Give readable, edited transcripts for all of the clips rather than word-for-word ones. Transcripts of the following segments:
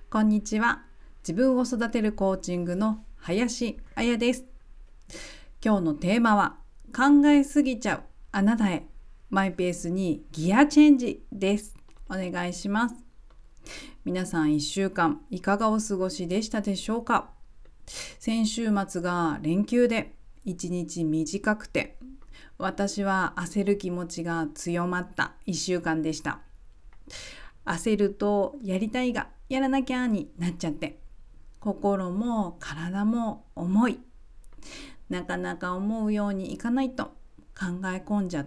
こんにちは。自分を育てるコーチングの林彩です。今日のテーマは考えすぎちゃうあなたへマイペースにギアチェンジです。お願いします。皆さん1週間いかがお過ごしでしたでしょうか？先週末が連休で1日短くて私は焦る気持ちが強まった1週間でした。焦るとやりたいがやらなきゃになっちゃって心も体も重い、なかなか思うようにいかないと考え込んじゃって、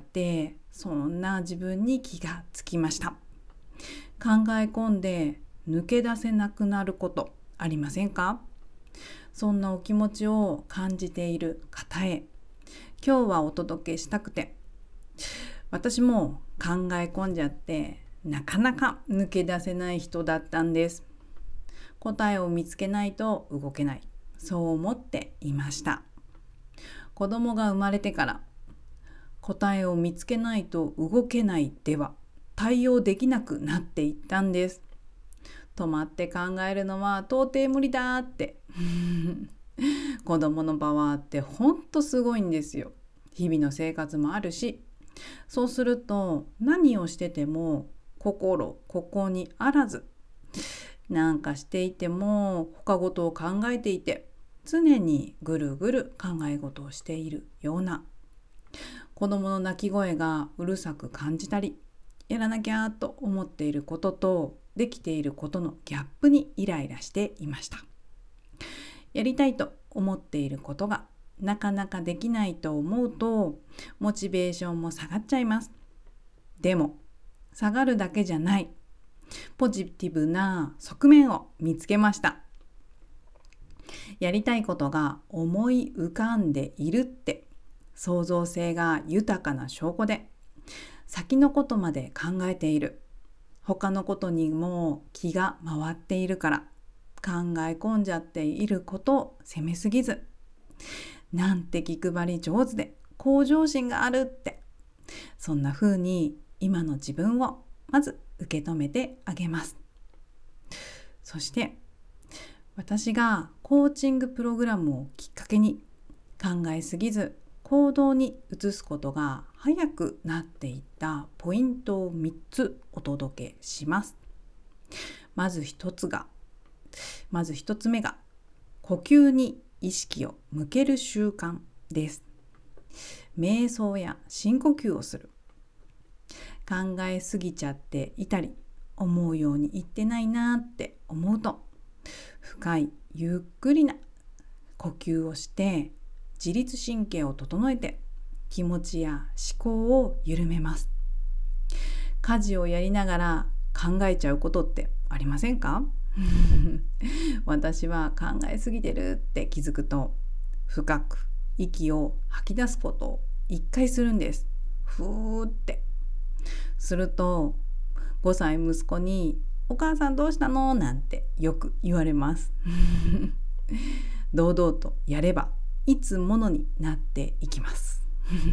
そんな自分に気がつきました。考え込んで抜け出せなくなることありませんか？そんなお気持ちを感じている方へ今日はお届けしたくて、私も考え込んじゃってなかなか抜け出せない人だったんです。答えを見つけないと動けない、そう思っていました。子供が生まれてから答えを見つけないと動けないでは対応できなくなっていったんです。止まって考えるのは到底無理だって子供のパワーってほんとすごいんですよ。日々の生活もあるし、そうすると何をしてても心ここにあらず、なんかしていても他事を考えていて常にぐるぐる考え事をしているような、子供の泣き声がうるさく感じたり、やらなきゃと思っていることとできていることのギャップにイライラしていました。やりたいと思っていることがなかなかできないと思うとモチベーションも下がっちゃいます。でも下がるだけじゃないポジティブな側面を見つけました。やりたいことが思い浮かんでいるって創造性が豊かな証拠で、先のことまで考えている、他のことにも気が回っているから、考え込んじゃっていることを責めすぎず、なんて気配り上手で向上心があるって、そんな風に今の自分をまず受け止めてあげます。そして私がコーチングプログラムをきっかけに考えすぎず行動に移すことが早くなっていったポイントを3つお届けします。まず1つ目が呼吸に意識を向ける習慣です。瞑想や深呼吸をする。考えすぎちゃっていたり、思うようにいってないなって思うと、深いゆっくりな呼吸をして自律神経を整えて気持ちや思考を緩めます。家事をやりながら考えちゃうことってありませんか？私は考えすぎてるって気づくと深く息を吐き出すことを1回するんです。ふーってすると5歳息子にお母さんどうしたのなんてよく言われます堂々とやればいつものになっていきます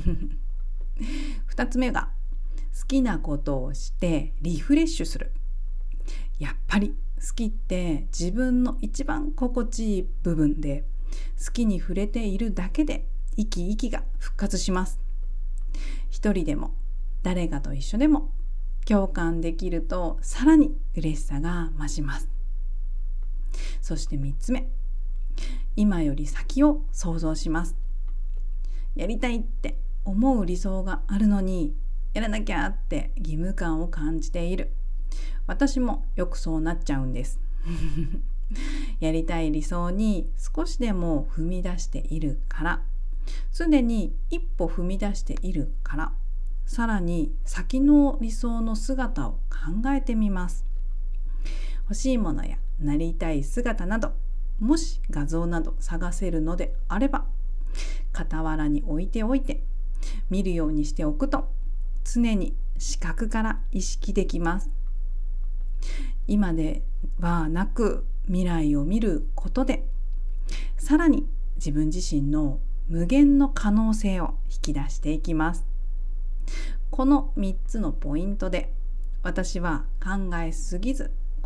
2つ目が好きなことをしてリフレッシュする。やっぱり好きって自分の一番心地いい部分で、好きに触れているだけで生き生きが復活します。一人でも誰かと一緒でも共感できるとさらに嬉しさが増します。そして3つ目、今より先を想像します。やりたいって思う理想があるのにやらなきゃって義務感を感じている。私もよくそうなっちゃうんですやりたい理想に少しでも踏み出しているから、すでに一歩踏み出しているから、さらに先の理想の姿を考えてみます。欲しいものやなりたい姿など、もし画像など探せるのであれば傍らに置いておいて見るようにしておくと、常に視覚から意識できます。今ではなく未来を見ることで、さらに自分自身の無限の可能性を引き出していきます。この3つのポイントで私は考えすぎず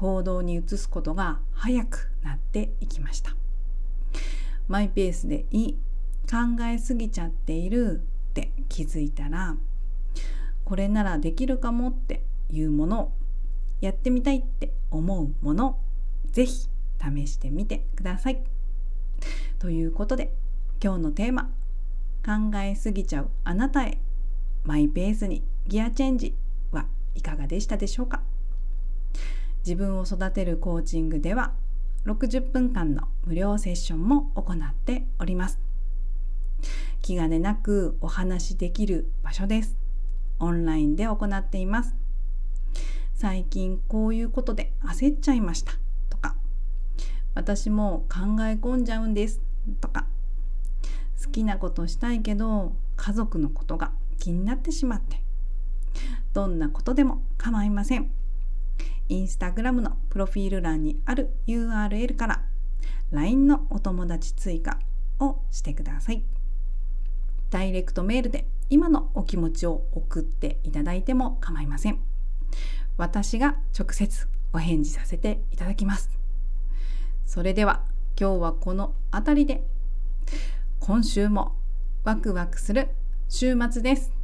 行動に移すことが早くなっていきました。マイペースでいい、考えすぎちゃっているって気づいたら、これならできるかもっていうものを、やってみたいって思うものをぜひ試してみてください。ということで、今日のテーマ、考えすぎちゃうあなたへマイペースにギアチェンジはいかがでしたでしょうか。自分を育てるコーチングでは60分間の無料セッションも行っております。気兼ねなくお話しできる場所です。オンラインで行っています。最近こういうことで焦っちゃいましたとか、私も考え込んじゃうんですとか、好きなことしたいけど家族のことが気になってしまって、どんなことでも構いません。インスタグラムのプロフィール欄にある URL から LINE のお友達追加をしてください。ダイレクトメールで今のお気持ちを送っていただいても構いません。私が直接お返事させていただきます。それでは今日はこの辺りで、今週もワクワクする週末です。